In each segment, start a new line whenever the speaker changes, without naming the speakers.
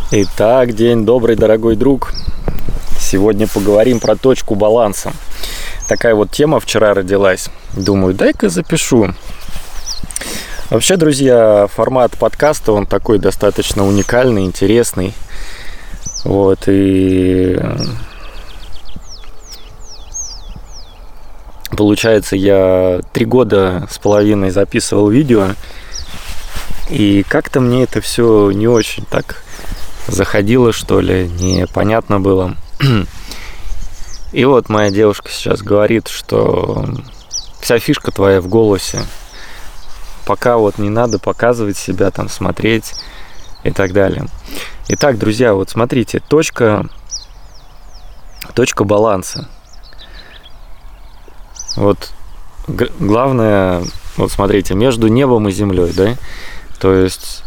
Итак, день добрый, дорогой друг. Сегодня поговорим про точку баланса. Такая вот тема вчера родилась. Думаю, дай-ка запишу. Вообще, друзья, формат подкаста, он такой достаточно уникальный, интересный. Вот, и получается, я 3 года с половиной записывал видео, и как-то мне это все не очень так заходило, что ли, непонятно было. И вот моя девушка сейчас говорит, что вся фишка твоя в голосе. Пока вот не надо показывать себя, там, смотреть и так далее. Итак, друзья, вот смотрите, точка баланса. Вот главное, вот смотрите, между небом и землей, да? То есть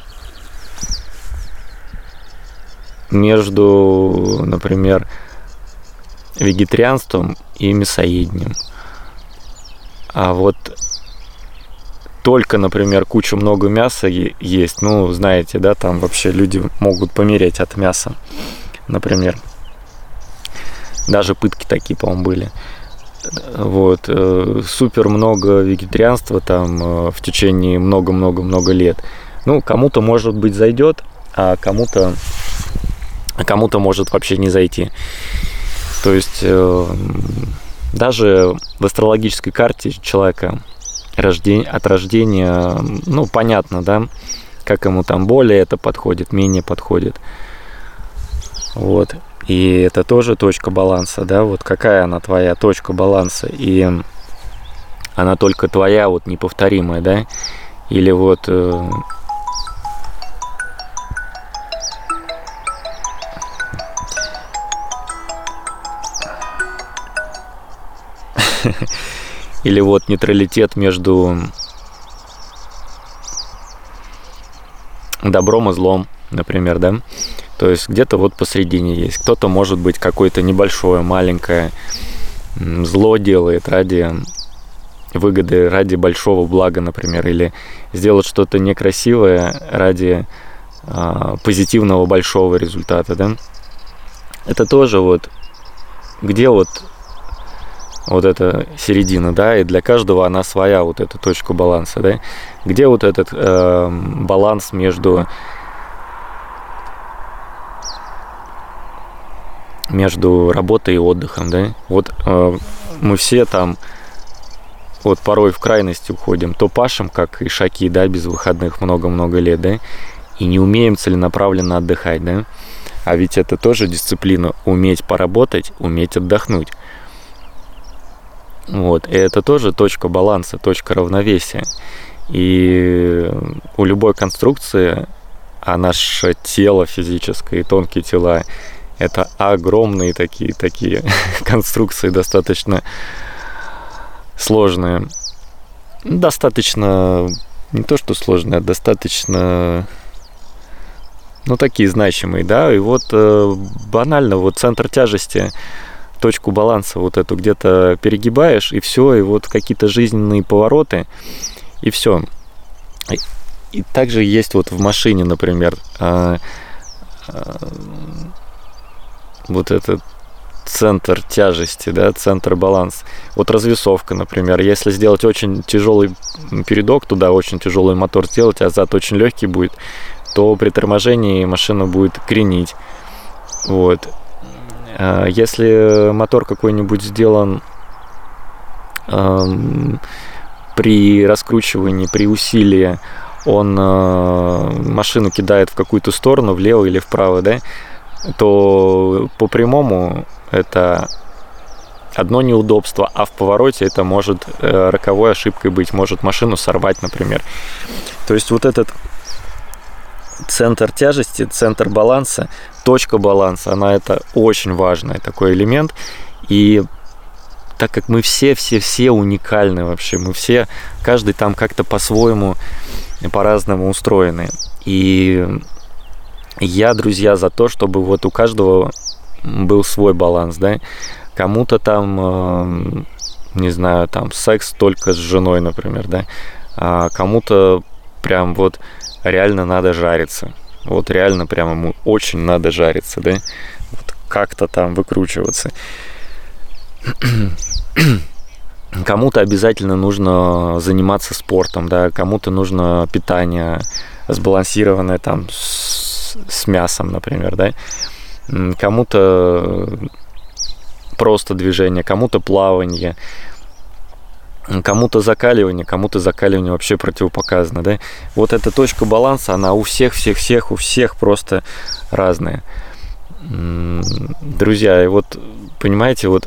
между, например, вегетарианством и мясоедением. А вот только, например, кучу много мяса есть, ну, знаете, да, там вообще люди могут помереть от мяса, например. Даже пытки такие, по-моему, были. Вот, супер много вегетарианства там в течение много-много-много лет. Ну, кому-то, может быть, зайдет, а кому-то может вообще не зайти. То есть даже в астрологической карте человека от рождения, ну, понятно, да, как ему там более это подходит, менее подходит. Вот. И это тоже точка баланса, да, вот какая она твоя точка баланса, и она только твоя, вот неповторимая, да, или вот или вот нейтралитет между добром и злом, например, да. То есть где-то вот посередине есть. Кто-то, может быть, какое-то небольшое, маленькое зло делает ради выгоды, ради большого блага, например, или сделать что-то некрасивое ради позитивного большого результата, да. Это тоже вот где вот эта середина, да, и для каждого она своя, вот эта точка баланса, да, где вот этот баланс между работой и отдыхом, да, вот мы все там вот порой в крайности уходим, то пашем, как ишаки, да, без выходных много-много лет, да, и не умеем целенаправленно отдыхать, да, а ведь это тоже дисциплина, уметь поработать, уметь отдохнуть. Вот, и это тоже точка баланса, точка равновесия. И у любой конструкции, а наше тело физическое и тонкие тела, это огромные такие конструкции, достаточно сложные. Достаточно, не то что сложные, а достаточно, ну, такие значимые, да. И вот банально, вот центр тяжести, точку баланса вот эту где-то перегибаешь, и все, и вот какие-то жизненные повороты, и все. И также есть вот в машине, например, вот этот центр тяжести, да, центр баланса. Вот развесовка, например, если сделать очень тяжелый передок туда, очень тяжелый мотор сделать, а зад очень легкий будет, то при торможении машина будет кренить. Вот. Если мотор какой-нибудь сделан при раскручивании, при усилии, он машину кидает в какую-то сторону, влево или вправо, да, то по прямому это одно неудобство, а в повороте это может роковой ошибкой быть, может машину сорвать, например. То есть вот этот центр тяжести, центр баланса, точка баланса, она это очень важный такой элемент. И так как мы все уникальны вообще, мы все, каждый там как-то по-своему, по-разному устроены. И я, друзья, за то, чтобы вот у каждого был свой баланс, да. Кому-то там, не знаю, там секс только с женой, например, да. А кому-то прям вот реально надо жариться. Вот реально прямо ему очень надо жариться, да? Вот как-то там выкручиваться. Кому-то обязательно нужно заниматься спортом, да, кому-то нужно питание сбалансированное там с мясом, например, да, кому-то просто движение, кому-то плавание, кому-то закаливание вообще противопоказано, да. Вот эта точка баланса, она у всех просто разная. Друзья, и вот, понимаете, вот,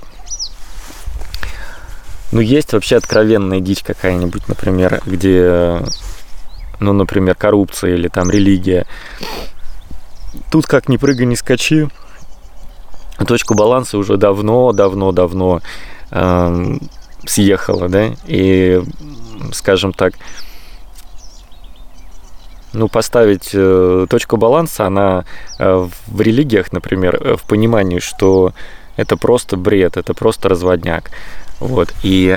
ну, есть вообще откровенная дичь какая-нибудь, например, где, ну, например, коррупция или там религия. Тут как ни прыгай, ни скачи, точка баланса уже давно съехала, да, и, скажем так, ну, поставить точку баланса, она в религиях, например, в понимании, что это просто бред, это просто разводняк. Вот, и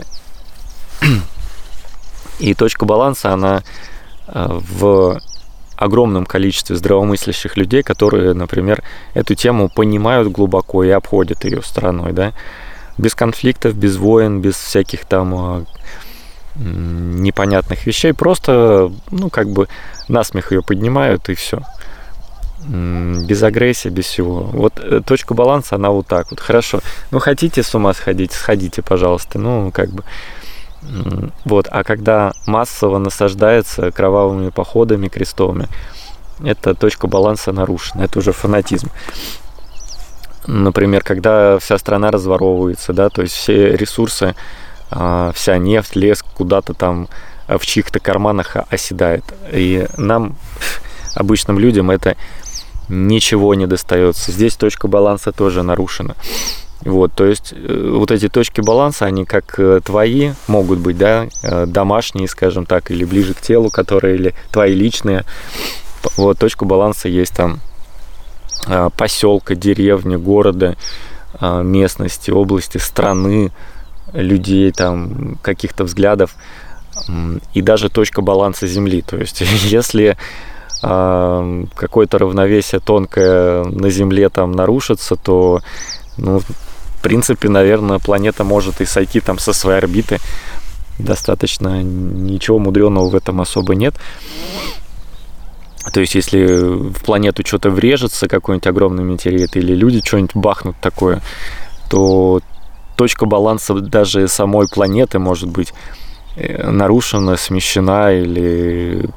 точка баланса, она в огромном количестве здравомыслящих людей, которые, например, эту тему понимают глубоко и обходят ее стороной, да, без конфликтов, без войн, без всяких там непонятных вещей, просто, ну, как бы насмех ее поднимают, и все. Без агрессии, без всего. Вот точка баланса, она вот так вот. Хорошо. Ну, хотите с ума сходить, сходите, пожалуйста. Ну, как бы. Вот. А когда массово насаждается кровавыми походами крестовыми, эта точка баланса нарушена. Это уже фанатизм. Например, когда вся страна разворовывается, да, то есть все ресурсы, вся нефть, лес куда-то там в чьих-то карманах оседает. И нам, обычным людям, это ничего не достается. Здесь точка баланса тоже нарушена. Вот, то есть вот эти точки баланса, они как твои могут быть, да, домашние, скажем так, или ближе к телу, которые, или твои личные. Вот точка баланса есть там поселка, деревни, города, местности, области, страны, людей, там, каких-то взглядов, и даже точка баланса Земли. То есть если какое-то равновесие тонкое на Земле там нарушится, то, ну, в принципе, наверное, планета может и сойти там со своей орбиты. Достаточно, ничего мудреного в этом особо нет. То есть, если в планету что-то врежется, какой-нибудь огромный метеорит, или люди что-нибудь бахнут такое, то точка баланса даже самой планеты может быть нарушена, смещена, или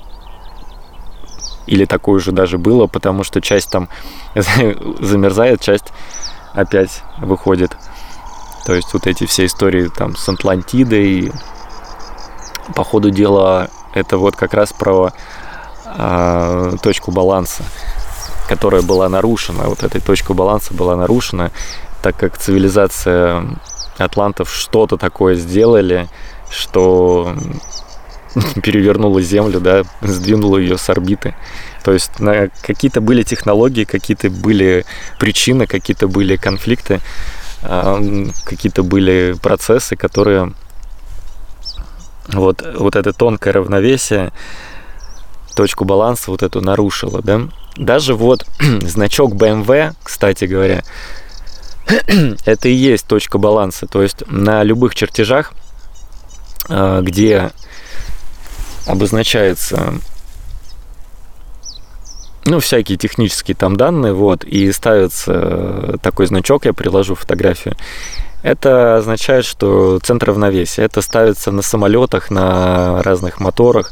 такое же даже было, потому что часть там замерзает, часть опять выходит. То есть вот эти все истории там с Атлантидой, по ходу дела, это вот как раз про точку баланса, которая была нарушена. Вот эта точка баланса была нарушена, так как цивилизация атлантов что-то такое сделали, что перевернула Землю, да, сдвинула ее с орбиты. То есть какие-то были технологии, какие-то были причины, какие-то были конфликты, какие-то были процессы, которые вот это тонкое равновесие, точку баланса вот эту нарушило, да. Даже вот значок BMW, кстати говоря, это и есть точка баланса. То есть на любых чертежах, где обозначается, ну, всякие технические там данные, вот, и ставится такой значок, я приложу фотографию, это означает, что центр равновесия. Это ставится на самолетах, на разных моторах,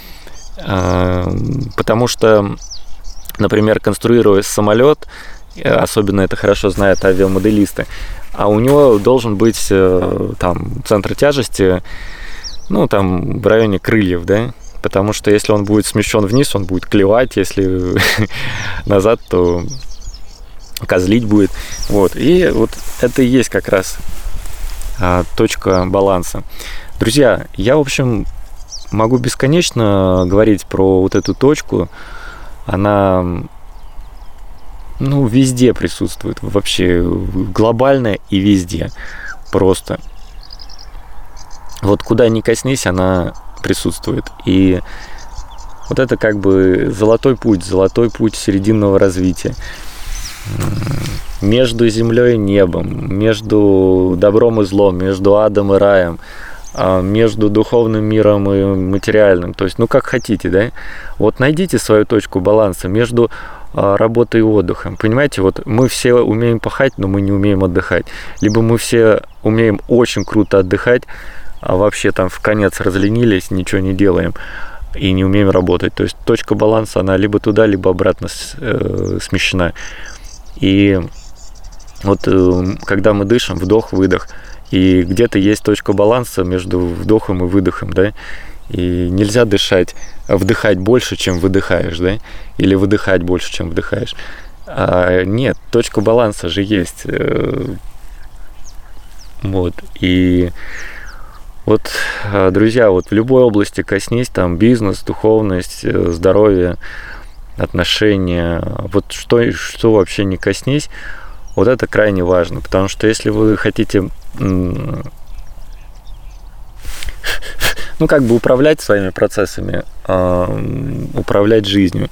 потому что, например, конструируя самолет, особенно это хорошо знают авиамоделисты, а у него должен быть там центр тяжести, ну, там в районе крыльев, да, потому что если он будет смещен вниз, он будет клевать, если назад, то козлить будет. Вот, и вот это и есть как раз точка баланса. Друзья, я, в общем, могу бесконечно говорить про вот эту точку. Она, ну, везде присутствует, вообще глобально и везде. Просто. Вот куда ни коснись, она присутствует. И Вот это как бы золотой путь серединного развития. Между землей и небом, между добром и злом, между адом и раем, между духовным миром и материальным. То есть, как хотите, да? Вот найдите свою точку баланса между работой и отдыхом. Понимаете, вот мы все умеем пахать, но мы не умеем отдыхать. Либо мы все умеем очень круто отдыхать, а вообще там в конец разленились, ничего не делаем и не умеем работать. То есть точка баланса, она либо туда, либо обратно смещена. И вот когда мы дышим, вдох-выдох, и где-то есть точка баланса между вдохом и выдохом, да, и нельзя вдыхать больше, чем выдыхаешь, да, или выдыхать больше, чем вдыхаешь. Нет, точка баланса же есть. Вот, и вот, друзья, вот в любой области коснись, там, бизнес, духовность, здоровье, отношения, вот что вообще не коснись, вот это крайне важно, потому что если вы хотите, управлять своими процессами, управлять жизнью,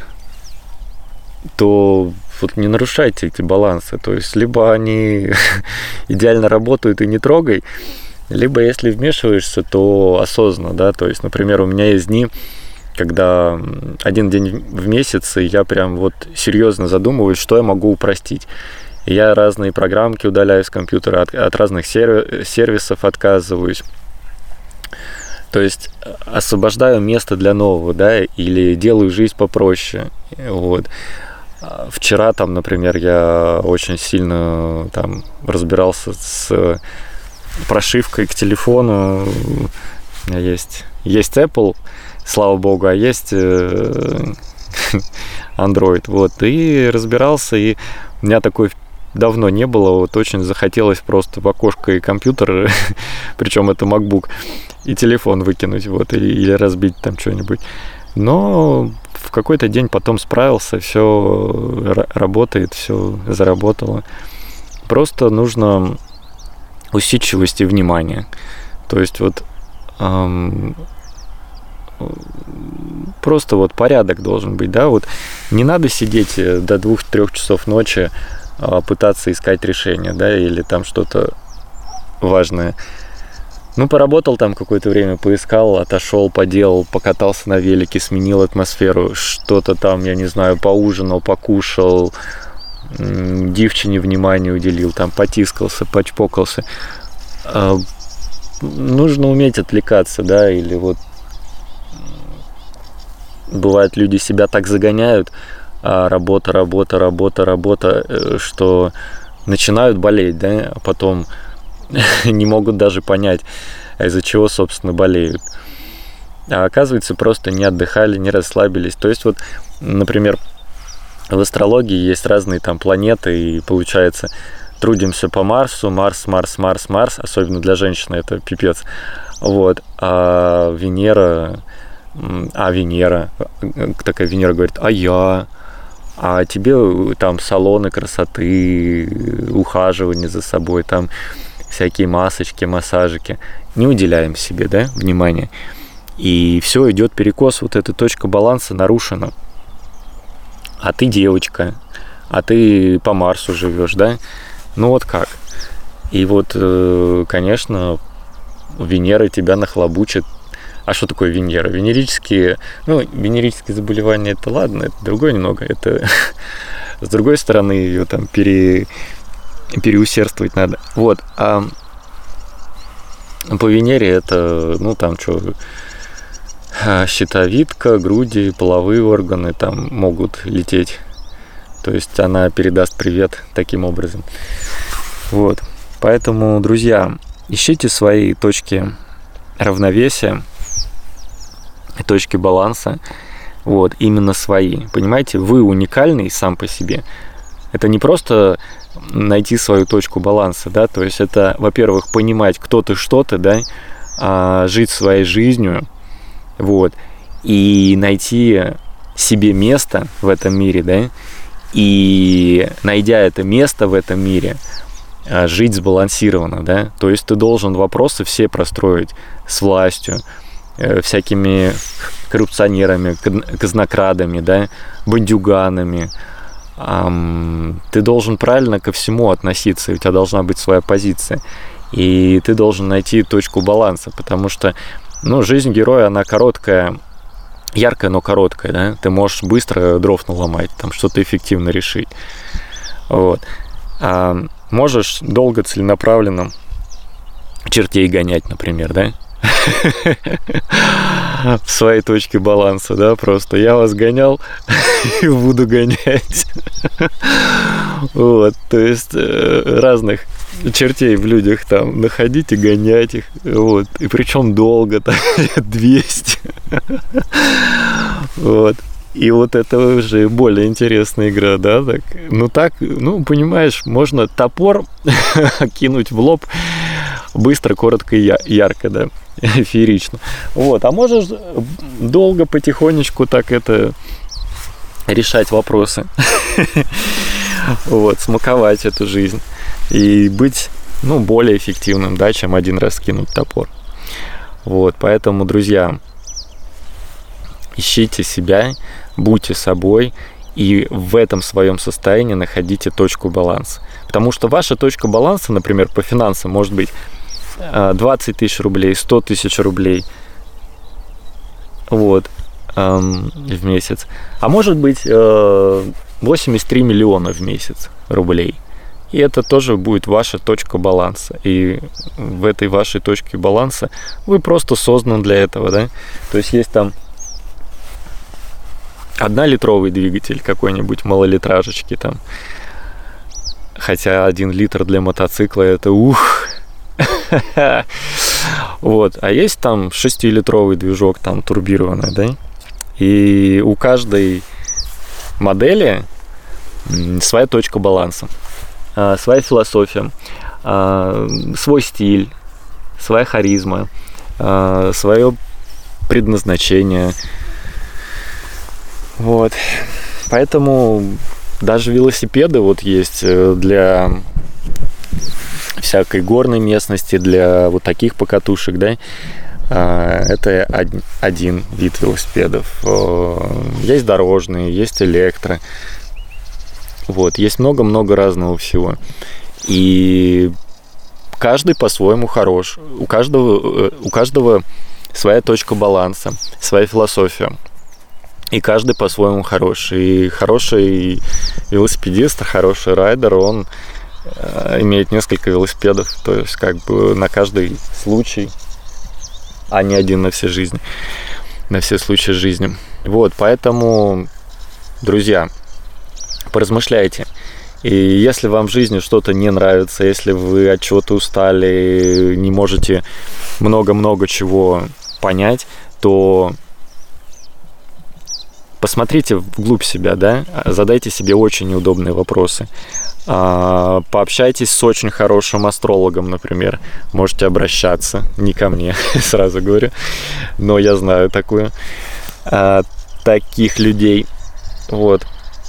то вот не нарушайте эти балансы, то есть либо они идеально работают и не трогай, либо если вмешиваешься, то осознанно, да, то есть, например, у меня есть дни, когда один день в месяц, и я прям вот серьезно задумываюсь, что я могу упростить. И я разные программки удаляю с компьютера, от разных сервисов отказываюсь. То есть освобождаю место для нового, да, или делаю жизнь попроще. Вот. Вчера, там, например, я очень сильно там разбирался с прошивкой к телефону. У меня есть Apple, слава богу, а есть Android. Вот. И разбирался, и у меня такой давно не было, вот очень захотелось просто в окошко и компьютер, причем это MacBook, и телефон выкинуть, вот, или разбить там что-нибудь. Но в какой-то день потом справился, все работает, все заработало. Просто нужно усидчивость и внимание. То есть вот просто вот порядок должен быть, да, вот не надо сидеть до 2-3 часов ночи, пытаться искать решение, да, или там что-то важное. Поработал там какое-то время, поискал, отошел, поделал, покатался на велике, сменил атмосферу, что-то там, я не знаю, поужинал, покушал, девчине внимание уделил, там потискался, почпокался. Нужно уметь отвлекаться, да, или вот бывает, люди себя так загоняют, работа, что начинают болеть, да, а потом не могут даже понять, из-за чего, собственно, болеют. А оказывается, просто не отдыхали, не расслабились. То есть вот, например, в астрологии есть разные там планеты, и получается, трудимся по Марсу, Марс, особенно для женщины это пипец. Вот, а Венера, такая Венера говорит, а тебе там салоны красоты, ухаживание за собой, там всякие масочки, массажики. Не уделяем себе, да, внимания. И все, идет перекос, вот эта точка баланса нарушена. А ты девочка, а ты по Марсу живешь, да? Ну вот как? И вот, конечно, Венера тебя нахлобучит. А что такое Венера? Венерические заболевания, это ладно, это другое немного. Это с другой стороны ее там переусердствовать надо. Вот. А по Венере это, щитовидка, груди, половые органы там могут лететь. То есть она передаст привет таким образом. Вот. Поэтому, друзья, ищите свои точки равновесия, точки баланса, вот, именно свои. Понимаете, вы уникальный сам по себе. Это не просто найти свою точку баланса, да, то есть это, во-первых, понимать, кто ты, что ты, да, жить своей жизнью, вот, и найти себе место в этом мире, да, и, найдя это место в этом мире, жить сбалансированно, да, то есть ты должен вопросы все простроить с властью, всякими коррупционерами, казнокрадами, да, бандюганами. Ты должен правильно ко всему относиться, у тебя должна быть своя позиция. И ты должен найти точку баланса, потому что, жизнь героя, она короткая, яркая, но короткая, да? Ты можешь быстро дров наломать, там что-то эффективно решить. Вот. А можешь долго, целенаправленно чертей гонять, например, да? В своей точке баланса, да, просто я вас гонял и буду гонять. Вот, то есть разных чертей в людях там находить и гонять их, вот, и причем долго, там, 200. Вот. И вот это уже более интересная игра, да, так, понимаешь, можно топор кинуть в лоб быстро, коротко и ярко, да, феерично. Вот, а можешь долго, потихонечку так решать вопросы, вот, смаковать эту жизнь и быть, более эффективным, да, чем один раз кинуть топор. Вот, поэтому, друзья, ищите себя, будьте собой и в этом своем состоянии находите точку баланса. Потому что ваша точка баланса, например, по финансам может быть 20 тысяч рублей, 100 тысяч рублей, вот, в месяц. А может быть 83 миллиона в месяц рублей. И это тоже будет ваша точка баланса. И в этой вашей точке баланса вы просто созданы для этого, да? То есть есть там 1-литровый двигатель какой-нибудь малолитражечки там. Хотя 1 литр для мотоцикла это Вот. А есть там 6-литровый движок там турбированный, да? И у каждой модели своя точка баланса, своя философия, свой стиль, своя харизма, свое предназначение. Вот. Поэтому даже велосипеды вот есть для всякой горной местности, для вот таких покатушек, да. Это один вид велосипедов. Есть дорожные, есть электро. Вот, есть много-много разного всего. И каждый по-своему хорош. У каждого своя точка баланса, своя философия. И каждый по-своему хорош. И хороший велосипедист, хороший райдер, он имеет несколько велосипедов. То есть как бы на каждый случай, а не один на все жизни, на все случаи жизни. Вот, поэтому, друзья, поразмышляйте. И если вам в жизни что-то не нравится, если вы от чего-то устали, не можете много-много чего понять, то посмотрите вглубь себя, да, задайте себе очень неудобные вопросы. Пообщайтесь с очень хорошим астрологом, например. Можете обращаться, не ко мне, сразу говорю, но я знаю таких людей. Вот.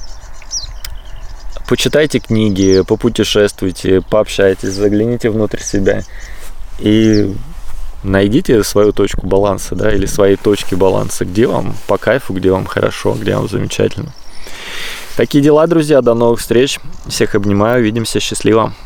Почитайте книги, попутешествуйте, пообщайтесь, загляните внутрь себя и найдите свою точку баланса, да, или свои точки баланса, где вам по кайфу, где вам хорошо, где вам замечательно. Такие дела, друзья. До новых встреч. Всех обнимаю. Увидимся. Счастливо.